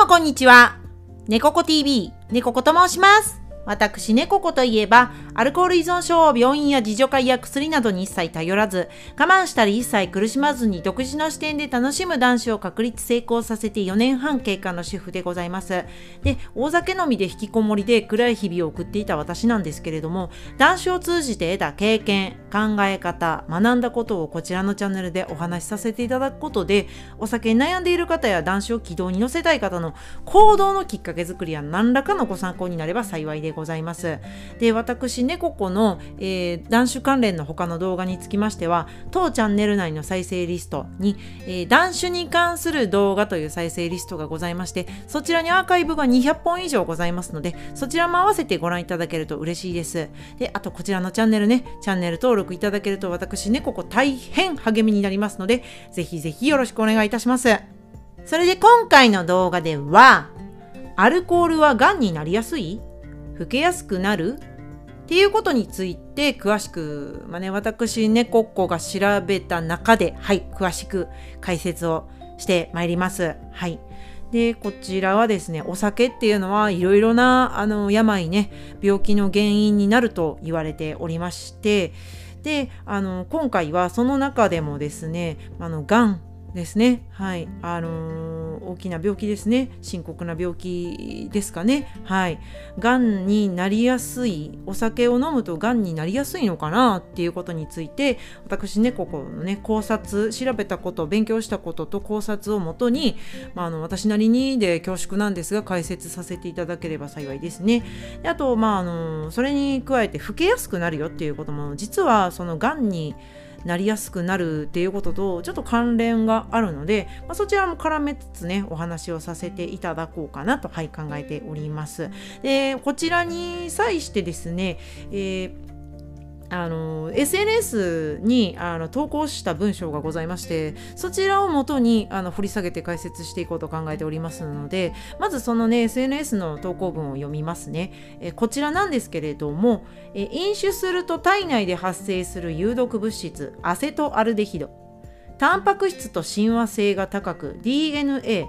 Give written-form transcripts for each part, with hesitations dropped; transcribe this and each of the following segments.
もこんにちは。ねここ TV、ねここと申します。私、ねここといえば、アルコール依存症を病院や自助会や薬などに一切頼らず、我慢したり一切苦しまずに独自の視点で楽しむ男子を確立成功させて4年半経過の主婦でございます。で、大酒飲みで引きこもりで暗い日々を送っていた私なんですけれども、男子を通じて得た経験、考え方、学んだことをこちらのチャンネルでお話しさせていただくことで、お酒に悩んでいる方や男子を軌道に乗せたい方の行動のきっかけ作りや何らかのご参考になれば幸いでございます。で、私ねここの、男子関連の他の動画につきましては、当チャンネル内の再生リストに、男子に関する動画という再生リストがございまして、そちらにアーカイブが200本以上ございますので、そちらも合わせてご覧いただけると嬉しいです。で、あとこちらのチャンネルね、チャンネル登録いただけると私ねここ大変励みになりますので、ぜひぜひよろしくお願いいたします。それで今回の動画では、アルコールはがんになりやすい？老けやすくなる？っていうことについて詳しく、私ねこっこが調べた中で、詳しく解説をしてまいります。で、こちらはですね、お酒っていうのはいろいろな病ね、病気の原因になると言われておりまして、で、今回はその中でもですね、がんですね。大きな病気ですね。深刻な病気ですかね。がんになりやすい、お酒を飲むとがんになりやすいのかなっていうことについて、私ね、ここのね、考察、調べたこと、勉強したことと考察をもとに、私なりにで恐縮なんですが、解説させていただければ幸いですね。で、あと、それに加えて、老けやすくなるよっていうことも、実はそのがんになりやすくなるっていうこととちょっと関連があるので、そちらも絡めつつねお話をさせていただこうかなと、考えております。で、こちらに際してですね、SNS に投稿した文章がございまして、そちらをもとに掘り下げて解説していこうと考えておりますので、まずそのね SNS の投稿文を読みますね。こちらなんですけれども、飲酒すると体内で発生する有毒物質アセトアルデヒド、タンパク質と親和性が高く DNA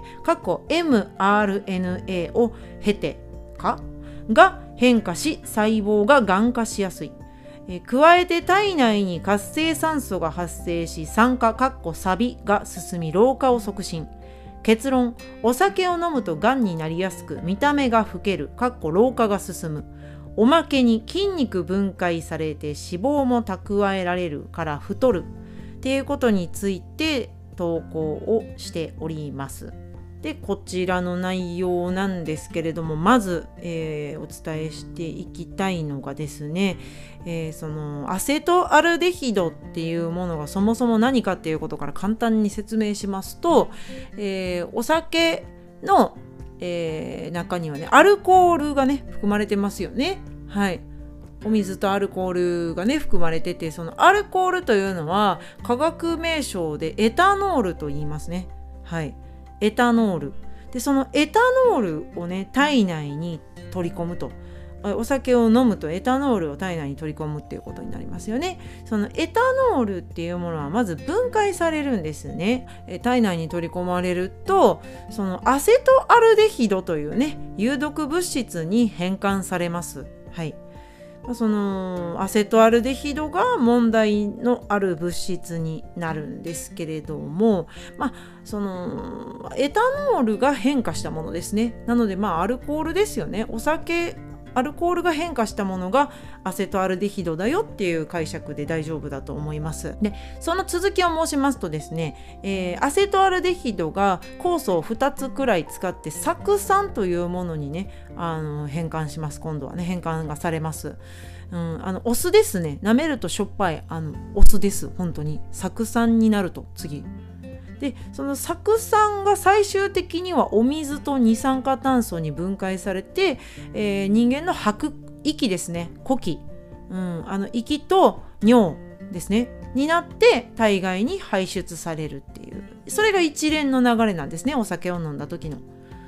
mRNA を経てが変化し細胞ががん化しやすい。加えて体内に活性酸素が発生し酸化サビが進み老化を促進。結論、お酒を飲むとがんになりやすく見た目が老ける老化が進む。おまけに筋肉分解されて脂肪も蓄えられるから太るっていうことについて投稿をしております。で、こちらの内容なんですけれども、まず、お伝えしていきたいのがですね、そのアセトアルデヒドっていうものがそもそも何かっていうことから簡単に説明しますと、お酒の、中にはねアルコールがね含まれてますよね。お水とアルコールがね含まれてて、そのアルコールというのは化学名称でエタノールと言いますね。エタノールで、そのエタノールをね体内に取り込むと、お酒を飲むとエタノールを体内に取り込むっていうことになりますよね。そのエタノールっていうものはまず分解されるんですね。体内に取り込まれると、そのアセトアルデヒドというね有毒物質に変換されます。そのアセトアルデヒドが問題のある物質になるんですけれども、そのエタノールが変化したものですね。なのでアルコールですよね。アルコールが変化したものがアセトアルデヒドだよっていう解釈で大丈夫だと思います。で、その続きを申しますとですね、アセトアルデヒドが酵素を2つくらい使って酢酸というものにね変換します。今度はね変換がされます。お酢ですね。舐めるとしょっぱいお酢です。本当に酢酸になると次で、その酢酸が最終的にはお水と二酸化炭素に分解されて、人間の吐く息ですね、呼気、息と尿ですねになって体外に排出されるっていう、それが一連の流れなんですね。お酒を飲んだ時の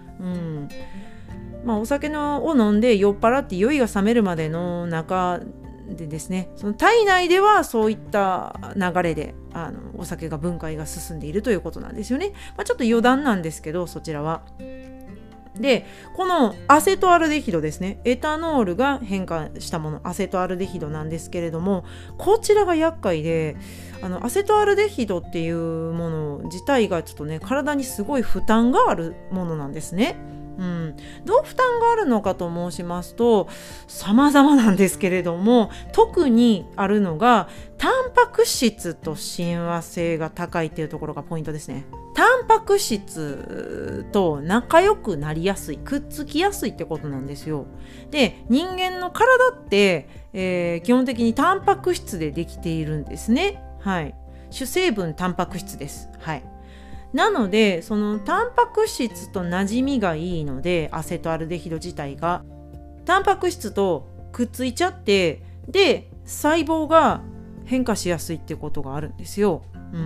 お酒を飲んで酔っ払って酔いが覚めるまでの中でですね、その体内ではそういった流れでお酒が分解が進んでいるということなんですよね。ちょっと余談なんですけど、そちらはでこのアセトアルデヒドですね、エタノールが変化したもの、アセトアルデヒドなんですけれども、こちらが厄介で、アセトアルデヒドっていうもの自体がちょっとね、体にすごい負担があるものなんですね。どう負担があるのかと申しますと、様々なんですけれども、特にあるのがタンパク質と親和性が高いっていうところがポイントですね。タンパク質と仲良くなりやすい、くっつきやすいってことなんですよ。で、人間の体って、基本的にタンパク質でできているんですね。はい。主成分タンパク質です。はい。なのでそのタンパク質と馴染みがいいので、アセトアルデヒド自体がタンパク質とくっついちゃって、で細胞が変化しやすいっていうことがあるんですよ。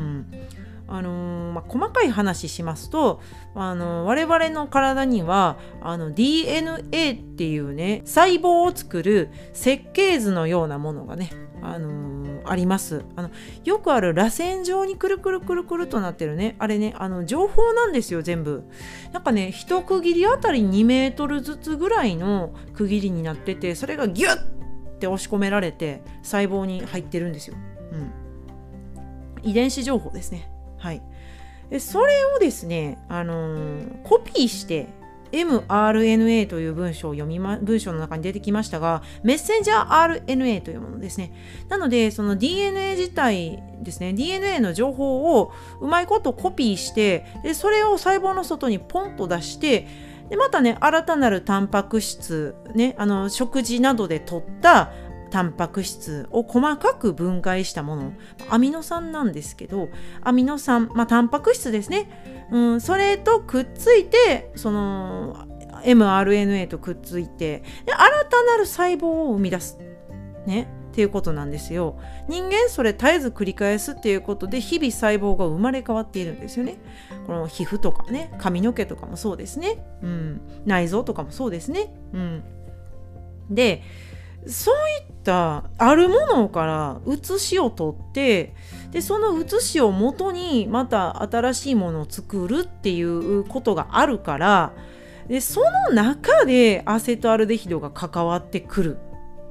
細かい話しますと、我々の体にはDNA っていうね、細胞を作る設計図のようなものがね、あります。よくある螺旋状にくるくるくるくるとなってるね、あれね、情報なんですよ、全部。なんかね、一区切りあたり2メートルずつぐらいの区切りになってて、それがギュッて押し込められて細胞に入ってるんですよ。遺伝子情報ですね。はい。それをですね、コピーしてmRNA という文章の中に出てきましたが、メッセンジャー RNA というものですね。なのでその DNA 自体ですね、 DNA の情報をうまいことコピーして、でそれを細胞の外にポンと出して、でまたね、新たなるタンパク質ね、食事などで取ったタンパク質を細かく分解したもの、アミノ酸なんですけど、アミノ酸、タンパク質ですね、それとくっついて、その mRNA とくっついて、で新たなる細胞を生み出すねっていうことなんですよ。人間それ絶えず繰り返すっていうことで、日々細胞が生まれ変わっているんですよね。この皮膚とかね、髪の毛とかもそうですね、内臓とかもそうですね。でそういったあるものから写しを取って、でその写しを元にまた新しいものを作るっていうことがあるから、でその中でアセトアルデヒドが関わってくる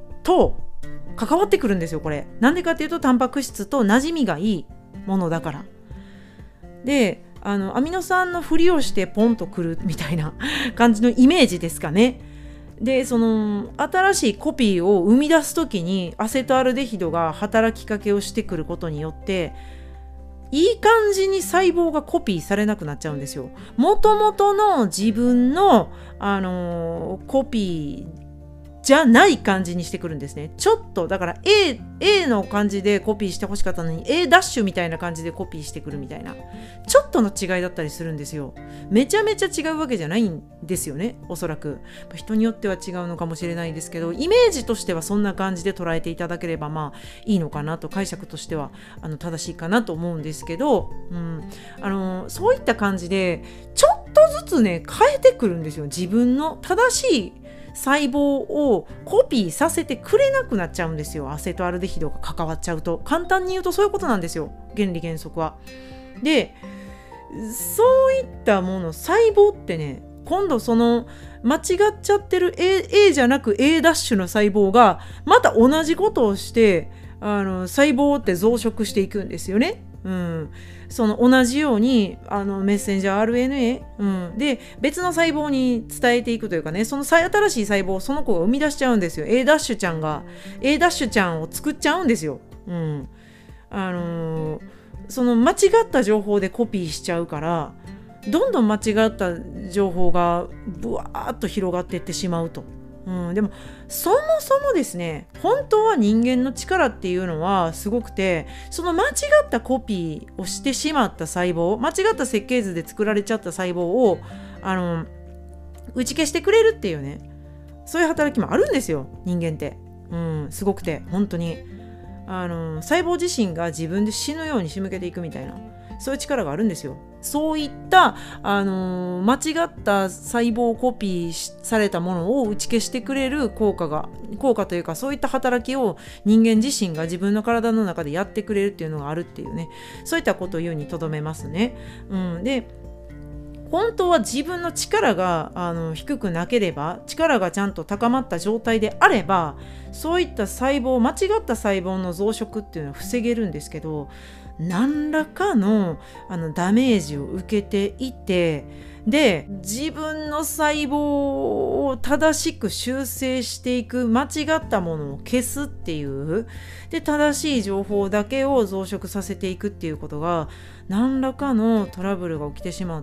んですよ。これなんでかっていうと、タンパク質と馴染みがいいものだから。でアミノ酸のふりをしてポンとくるみたいな感じのイメージですかね。でその新しいコピーを生み出すときにアセトアルデヒドが働きかけをしてくることによって、いい感じに細胞がコピーされなくなっちゃうんですよ。もともとの自分の、コピーじゃない感じにしてくるんですね。ちょっとだから A の感じでコピーしてほしかったのに A ダッシュみたいな感じでコピーしてくるみたいな、ちょっとの違いだったりするんですよ。めちゃめちゃ違うわけじゃないんですよね、おそらく。人によっては違うのかもしれないですけど、イメージとしてはそんな感じで捉えていただければいいのかなと、解釈としては正しいかなと思うんですけど、そういった感じでちょっとずつね変えてくるんですよ。自分の正しい細胞をコピーさせてくれなくなっちゃうんですよ。アセトアルデヒドが関わっちゃうと。簡単に言うとそういうことなんですよ、原理原則は。でそういったもの、細胞ってね、今度その間違っちゃってる A じゃなく A ダッシュの細胞がまた同じことをして細胞って増殖していくんですよね。その同じようにメッセンジャー RNA、で別の細胞に伝えていくというかね、その新しい細胞をその子が生み出しちゃうんですよ。 A ダッシュちゃんが A ダッシュちゃんを作っちゃうんですよ。その間違った情報でコピーしちゃうから、どんどん間違った情報がブワーッと広がっていってしまうと。でもそもそもですね、本当は人間の力っていうのはすごくて、その間違ったコピーをしてしまった細胞、間違った設計図で作られちゃった細胞を打ち消してくれるっていうね、そういう働きもあるんですよ、人間って。すごくて、本当に細胞自身が自分で死ぬように仕向けていくみたいな、そういう力があるんですよ。そういった間違った細胞コピーされたものを打ち消してくれる効果というか、そういった働きを人間自身が自分の体の中でやってくれるっていうのがあるっていうね、そういったことを言うにとどめますね。で本当は自分の力が低くなければ、力がちゃんと高まった状態であれば、そういった細胞、間違った細胞の増殖っていうのは防げるんですけど、何らかのダメージを受けていて、で自分の細胞を正しく修正していく、間違ったものを消すっていう、で正しい情報だけを増殖させていくっていうことが、何らかのトラブルが起きてしまって、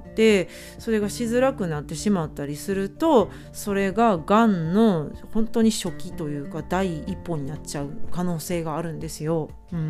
それがしづらくなってしまったりすると、それががんの本当に初期というか第一歩になっちゃう可能性があるんですよ。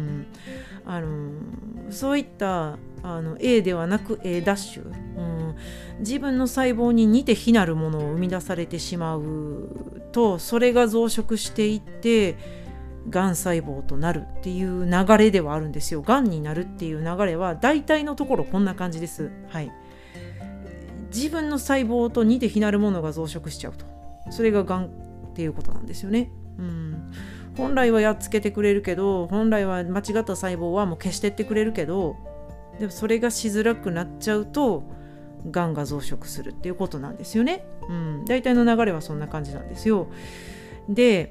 そういったA ではなく A ダッシュ、自分の細胞に似て非なるものを生み出されてしまうと、それが増殖していってがん細胞となるっていう流れではあるんですよ。がんになるっていう流れは大体のところこんな感じです。はい。自分の細胞と似て非なるものが増殖しちゃうと、それががんっていうことなんですよね。本来はやっつけてくれるけど、本来は間違った細胞はもう消してってくれるけど、でもそれがしづらくなっちゃうとがんが増殖するっていうことなんですよね。大体の流れはそんな感じなんですよ。で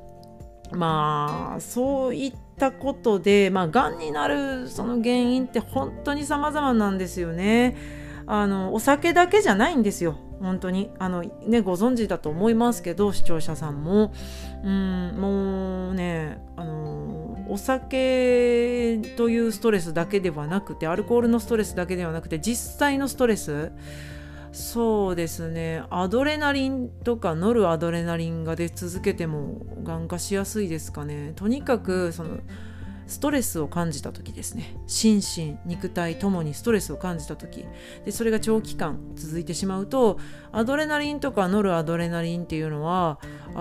そういったことで、がんになるその原因って本当に様々なんですよね。お酒だけじゃないんですよ。本当にご存知だと思いますけど、視聴者さんももうね、お酒というストレスだけではなくて、アルコールのストレスだけではなくて、実際のストレス、そうですね、アドレナリンとかノルアドレナリンが出続けてもがん化しやすいですかね。とにかくストレスを感じた時ですね、心身肉体ともにストレスを感じた時で、それが長期間続いてしまうと、アドレナリンとかノルアドレナリンっていうのは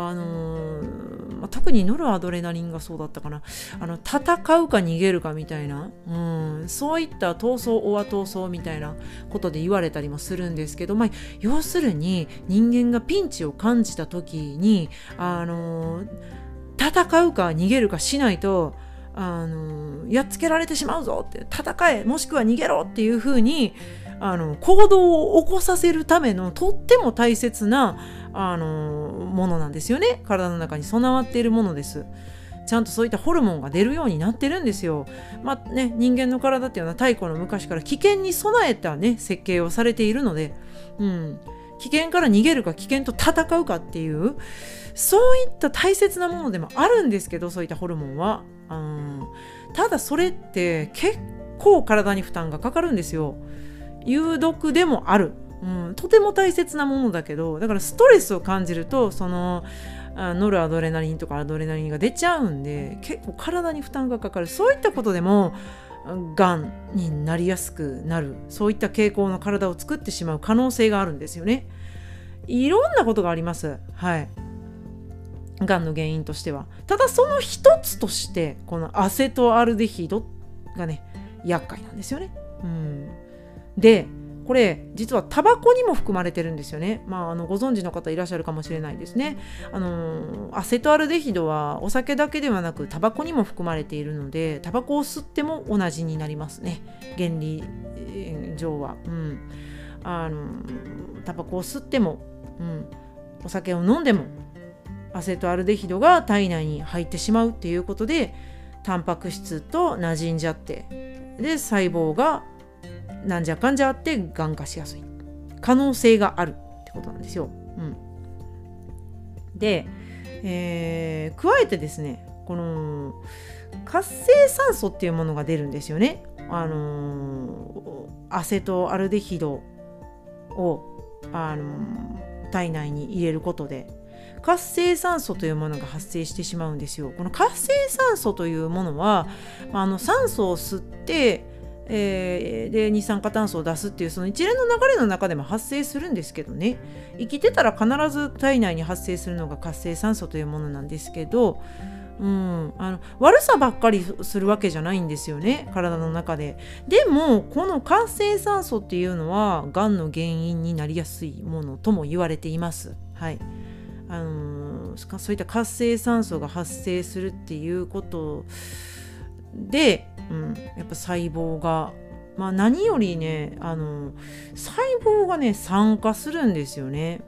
特にノルアドレナリンがそうだったかな、戦うか逃げるかみたいな、そういった闘争オア闘争みたいなことで言われたりもするんですけど、要するに人間がピンチを感じた時に戦うか逃げるかしないとやっつけられてしまうぞって、戦えもしくは逃げろっていう風に行動を起こさせるためのとっても大切なものなんですよね。体の中に備わっているものです。ちゃんとそういったホルモンが出るようになってるんですよ。人間の体っていうのは太古の昔から危険に備えた設計をされているので、危険から逃げるか危険と戦うかっていう、そういった大切なものでもあるんですけど、そういったホルモンはただそれって結構体に負担がかかるんですよ。有毒でもある、とても大切なものだけど、だからストレスを感じるとノルアドレナリンとかアドレナリンが出ちゃうんで、結構体に負担がかかる。そういったことでもがんになりやすくなる、そういった傾向の体を作ってしまう可能性があるんですよね。いろんなことがあります。はい。がんの原因としては。ただその一つとしてこのアセトアルデヒドがね、厄介なんですよね。でこれ実はタバコにも含まれてるんですよね。ご存知の方いらっしゃるかもしれないですね。アセトアルデヒドはお酒だけではなくタバコにも含まれているので、タバコを吸っても同じになりますね、原理上は。タバコを吸っても、お酒を飲んでもアセトアルデヒドが体内に入ってしまうっていうことで、タンパク質と馴染んじゃって、で細胞がなんじゃかんじゃあってがん化しやすい可能性があるってことなんですよ。で、加えてですね、この活性酸素っていうものが出るんですよね。アセトアルデヒドを体内に入れることで活性酸素というものが発生してしまうんですよ。この活性酸素というものは、酸素を吸って、で二酸化炭素を出すっていうその一連の流れの中でも発生するんですけどね、生きてたら必ず体内に発生するのが活性酸素というものなんですけど、悪さばっかりするわけじゃないんですよね、体の中で。でもこの活性酸素っていうのはがんの原因になりやすいものとも言われています。はい。そういった活性酸素が発生するっていうことで、やっぱ細胞が何よりね細胞がね酸化するんですよね。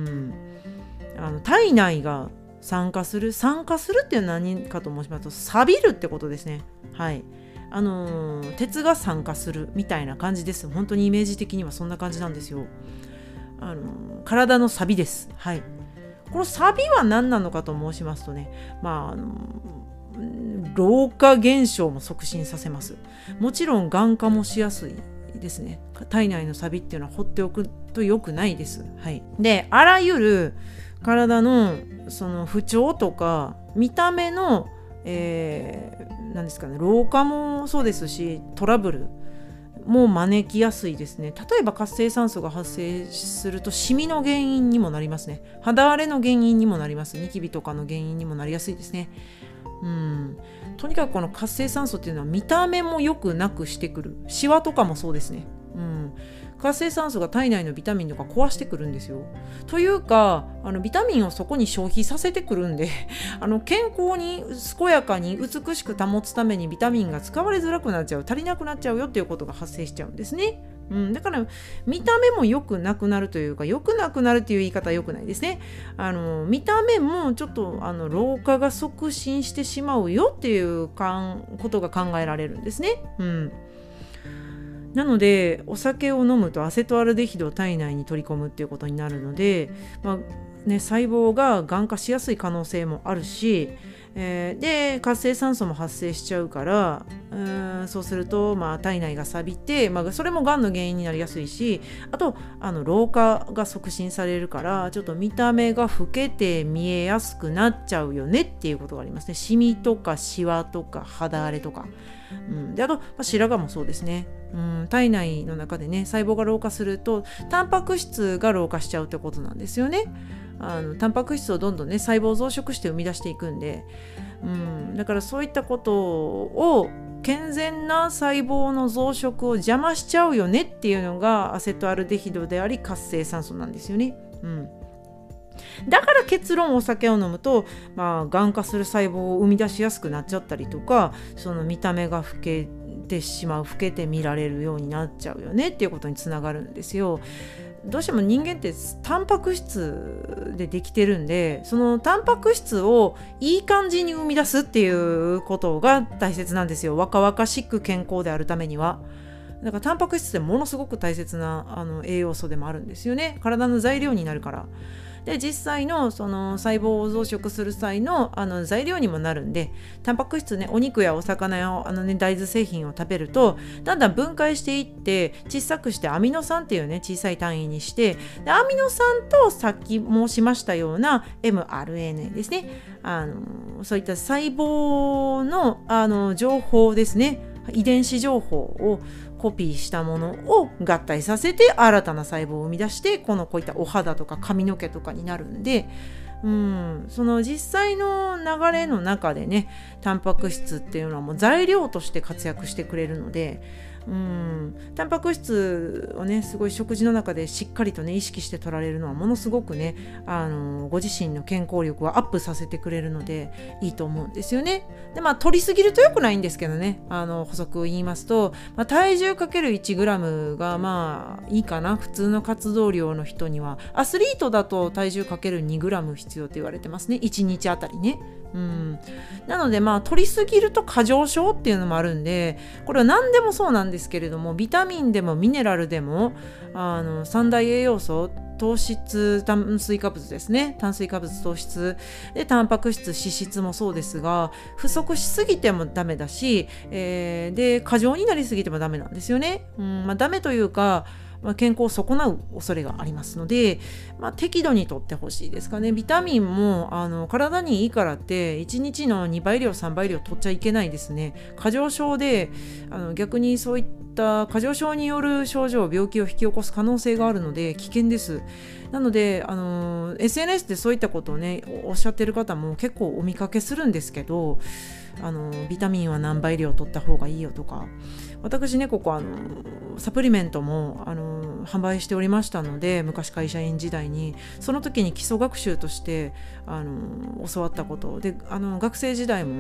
体内が酸化するっていうのは何かと申しますと、錆びるってことですね。はい。鉄が酸化するみたいな感じです。本当にイメージ的にはそんな感じなんですよ。体の錆です。はい。この錆は何なのかと申しますとね、老化現象も促進させます。もちろん癌化もしやすいですね。体内の錆っていうのは放っておくと良くないです。はい。で、あらゆる体のその不調とか見た目の、何ですかね、老化もそうですし、トラブルも招きやすいですね。例えば活性酸素が発生するとシミの原因にもなりますね。肌荒れの原因にもなります。ニキビとかの原因にもなりやすいですね。とにかくこの活性酸素っていうのは見た目も良くなくしてくる。シワとかもそうですね。活性酸素が体内のビタミンとか壊してくるんですよ。というかビタミンをそこに消費させてくるんで健康に健やかに美しく保つためにビタミンが使われづらくなっちゃう、足りなくなっちゃうよっていうことが発生しちゃうんですね。だから見た目も良くなくなるというか、良くなくなるっていう言い方は良くないですね。見た目もちょっと老化が促進してしまうよっていうことが考えられるんですね。なのでお酒を飲むとアセトアルデヒドを体内に取り込むっていうことになるので、細胞が癌化しやすい可能性もあるし、で活性酸素も発生しちゃうから、そうすると、体内が錆びて、それもがんの原因になりやすいし、あと老化が促進されるからちょっと見た目が老けて見えやすくなっちゃうよねっていうことがありますね。シミとかシワとか肌荒れとか、であと、白髪もそうですね。体内の中でね細胞が老化するとタンパク質が老化しちゃうってことなんですよね。タンパク質をどんどんね細胞を増殖して生み出していくんで、だからそういったことを健全な細胞の増殖を邪魔しちゃうよねっていうのがアセトアルデヒドであり活性酸素なんですよね。だから結論お酒を飲むと、癌化する細胞を生み出しやすくなっちゃったりとか、その見た目が老けてしまう、老けて見られるようになっちゃうよねっていうことにつながるんですよ。どうしても人間ってタンパク質でできてるんで、そのタンパク質をいい感じに生み出すっていうことが大切なんですよ。若々しく健康であるためには。だからタンパク質ってものすごく大切な栄養素でもあるんですよね。体の材料になるから。で実際のその細胞を増殖する際の材料にもなるんで、タンパク質ね、お肉やお魚や大豆製品を食べるとだんだん分解していって小さくしてアミノ酸っていうね小さい単位にして、でアミノ酸とさっき申しましたような mRNA ですね、そういった細胞の情報ですね、遺伝子情報をコピーしたものを合体させて新たな細胞を生み出して、こういったお肌とか髪の毛とかになるんで、その実際の流れの中でねタンパク質っていうのはもう材料として活躍してくれるので、タンパク質をねすごい食事の中でしっかりとね意識して取られるのはものすごくねご自身の健康力をアップさせてくれるのでいいと思うんですよね。で取りすぎると良くないんですけどね、補足を言いますと、体重 ×1g がいいかな。普通の活動量の人には、アスリートだと体重 ×2g 必要って言われてますね、1日あたりね。なので取りすぎると過剰症っていうのもあるんで、これは何でもそうなんですけれども、ビタミンでもミネラルでも三大栄養素、糖質、炭水化物ですね、炭水化物、糖質でタンパク質、脂質もそうですが、不足しすぎてもダメだし、で過剰になりすぎてもダメなんですよね。ダメというか健康を損なう恐れがありますので、適度にとってほしいですかね。ビタミンも体にいいからって1日の2倍量3倍量取っちゃいけないですね。過剰症で逆にそういった過剰症による症状、病気を引き起こす可能性があるので危険です。なのでSNS でそういったことをねおっしゃってる方も結構お見かけするんですけど、ビタミンは何倍量取った方がいいよとか、私ねここサプリメントも販売しておりましたので、昔会社員時代にその時に基礎学習として教わったことで、学生時代も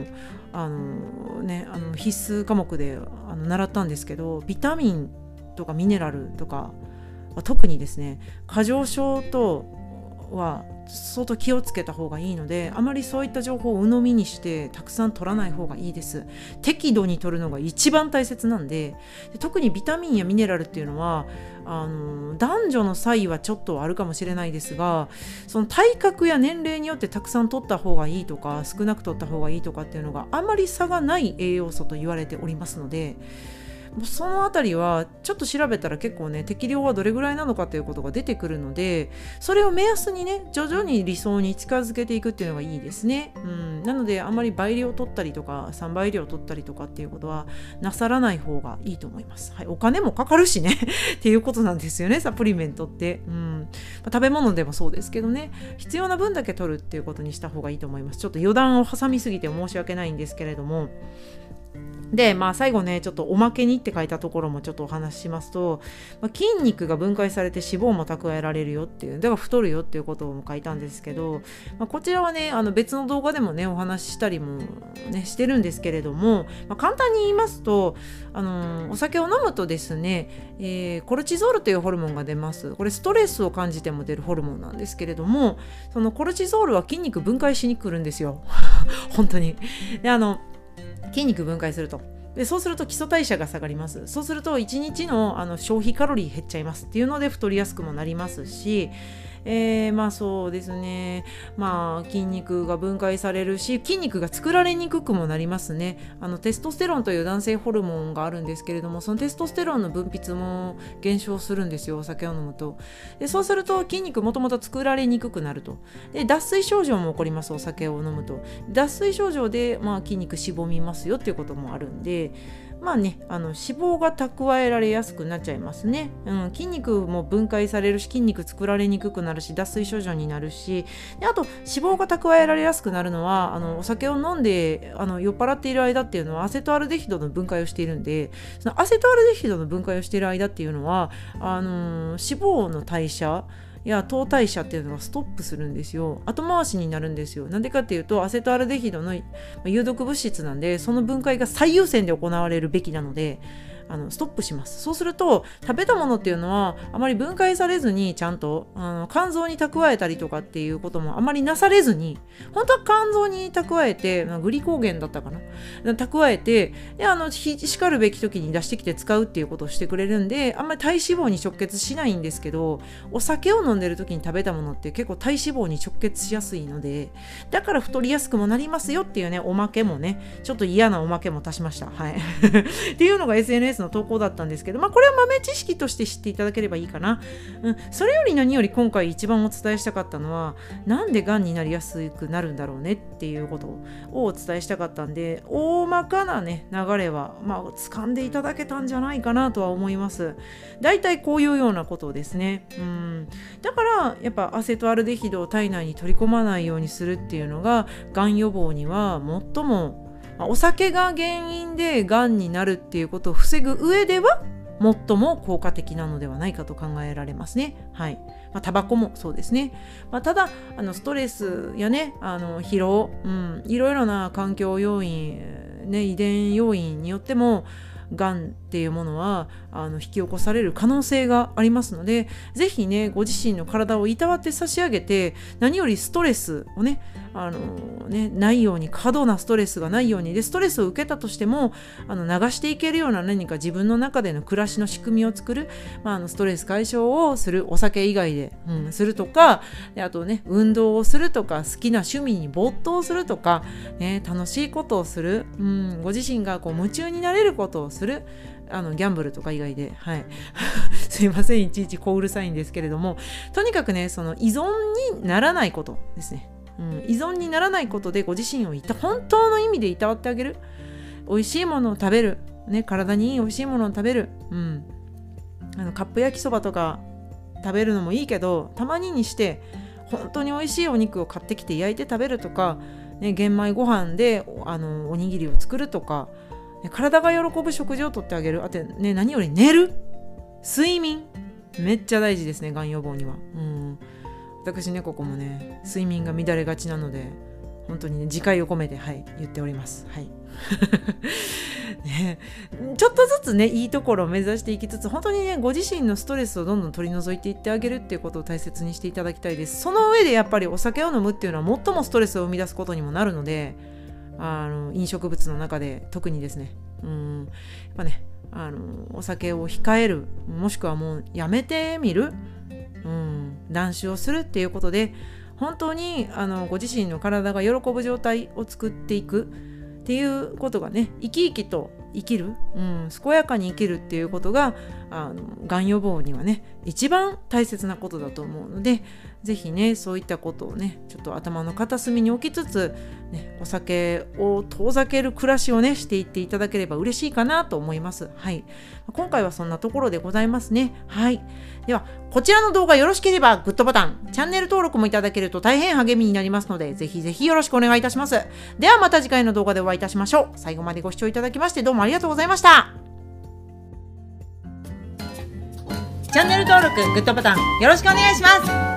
必須科目で習ったんですけど、ビタミンとかミネラルとか特にですね、過剰症とは相当気をつけた方がいいので、あまりそういった情報を鵜呑みにしてたくさん取らない方がいいです。適度に取るのが一番大切なんで、特にビタミンやミネラルっていうのは男女の差異はちょっとあるかもしれないですが、その体格や年齢によってたくさん取った方がいいとか少なく取った方がいいとかっていうのがあまり差がない栄養素と言われておりますので、そのあたりはちょっと調べたら結構ね、適量はどれぐらいなのかということが出てくるので、それを目安にね、徐々に理想に近づけていくっていうのがいいですね。なのであんまり倍量取ったりとか3倍量取ったりとかっていうことはなさらない方がいいと思います。はい、お金もかかるしねっていうことなんですよね、サプリメントって。食べ物でもそうですけどね、必要な分だけ取るっていうことにした方がいいと思います。ちょっと余談を挟みすぎて申し訳ないんですけれども、で最後ね、ちょっとおまけにって書いたところもちょっとお話ししますと、筋肉が分解されて脂肪も蓄えられるよっていう、だから太るよっていうことも書いたんですけど、こちらはね別の動画でもねお話ししたりもねしてるんですけれども、簡単に言いますとお酒を飲むとですね、コルチゾールというホルモンが出ます。これストレスを感じても出るホルモンなんですけれども、そのコルチゾールは筋肉分解しに来るんですよ本当に。で筋肉分解すると、でそうすると基礎代謝が下がります。そうすると1日の消費カロリー減っちゃいますっていうので太りやすくもなりますし、そうですね、筋肉が分解されるし、筋肉が作られにくくもなりますね。テストステロンという男性ホルモンがあるんですけれども、そのテストステロンの分泌も減少するんですよ、お酒を飲むと。でそうすると筋肉もともと作られにくくなると。で脱水症状も起こります、お酒を飲むと。脱水症状で、筋肉しぼみますよっていうこともあるんで、脂肪が蓄えられやすくなっちゃいますね。筋肉も分解されるし、筋肉作られにくくなるし、脱水症状になるし、であと脂肪が蓄えられやすくなるのはお酒を飲んで酔っ払っている間っていうのはアセトアルデヒドの分解をしているんで、そのアセトアルデヒドの分解をしている間っていうのは脂肪の代謝や糖代謝っていうのがストップするんですよ。後回しになるんですよ。なんでかっていうと、アセトアルデヒドの有毒物質なんで、その分解が最優先で行われるべきなのでストップします。そうすると食べたものっていうのはあまり分解されずに、ちゃんと肝臓に蓄えたりとかっていうこともあまりなされずに、本当は肝臓に蓄えてグリコーゲンだったかな、蓄えて、でしかるべき時に出してきて使うっていうことをしてくれるんで、あんまり体脂肪に直結しないんですけど、お酒を飲んでる時に食べたものって結構体脂肪に直結しやすいので、だから太りやすくもなりますよっていうね、おまけもね、ちょっと嫌なおまけも足しました。はいっていうのが SNSの投稿だったんですけど、これは豆知識として知っていただければいいかな。それより何より今回一番お伝えしたかったのは、なんでがんになりやすくなるんだろうねっていうことをお伝えしたかったんで、大まかなね流れは掴んでいただけたんじゃないかなとは思います。だいたいこういうようなことですね。だからやっぱアセトアルデヒドを体内に取り込まないようにするっていうのが、がん予防には最もお酒が原因でがんになるっていうことを防ぐ上では最も効果的なのではないかと考えられますね。はい。タバコもそうですね。ただストレスやね疲労、いろいろな環境要因、遺伝要因によってもがんっていうものは引き起こされる可能性がありますので、ぜひねご自身の体をいたわって差し上げて、何よりストレスをないように、過度なストレスがないように、でストレスを受けたとしても流していけるような何か自分の中での暮らしの仕組みを作る、ストレス解消をする、お酒以外で、するとか、であとね運動をするとか、好きな趣味に没頭するとか、楽しいことをする、ご自身が夢中になれることをする、ギャンブルとか以外で、すいません、いちいちうるさいんですけれども、とにかくねその依存にならないことですね。依存にならないことでご自身を本当の意味でいたわってあげる。美味しいものを食べる、体にいい美味しいものを食べる、カップ焼きそばとか食べるのもいいけど、たまににして本当に美味しいお肉を買ってきて焼いて食べるとか、玄米ご飯でおにぎりを作るとか、体が喜ぶ食事をとってあげる。あと何より寝る、睡眠、 めっちゃ大事ですね、がん予防には。私ね、ここもね、睡眠が乱れがちなので、本当にね、自戒を込めて、言っております。ね、ちょっとずつね、いいところを目指していきつつ、本当にね、ご自身のストレスをどんどん取り除いていってあげるっていうことを大切にしていただきたいです。その上でやっぱりお酒を飲むっていうのは最もストレスを生み出すことにもなるので、飲食物の中で特にですね、やっぱね、お酒を控える、もしくはもうやめてみる、断酒をするっていうことで、本当にご自身の体が喜ぶ状態を作っていくっていうことがね、生き生きと生きる、健やかに生きるっていうことががん予防にはね一番大切なことだと思うので、ぜひねそういったことをねちょっと頭の片隅に置きつつ、ね、お酒を遠ざける暮らしをねしていっていただければ嬉しいかなと思います。今回はそんなところでございますね。ではこちらの動画よろしければグッドボタン、チャンネル登録もいただけると大変励みになりますので、ぜひぜひよろしくお願いいたします。ではまた次回の動画でお会いいたしましょう。最後までご視聴いただきましてどうもありがとうございました。チャンネル登録、グッドボタンよろしくお願いします。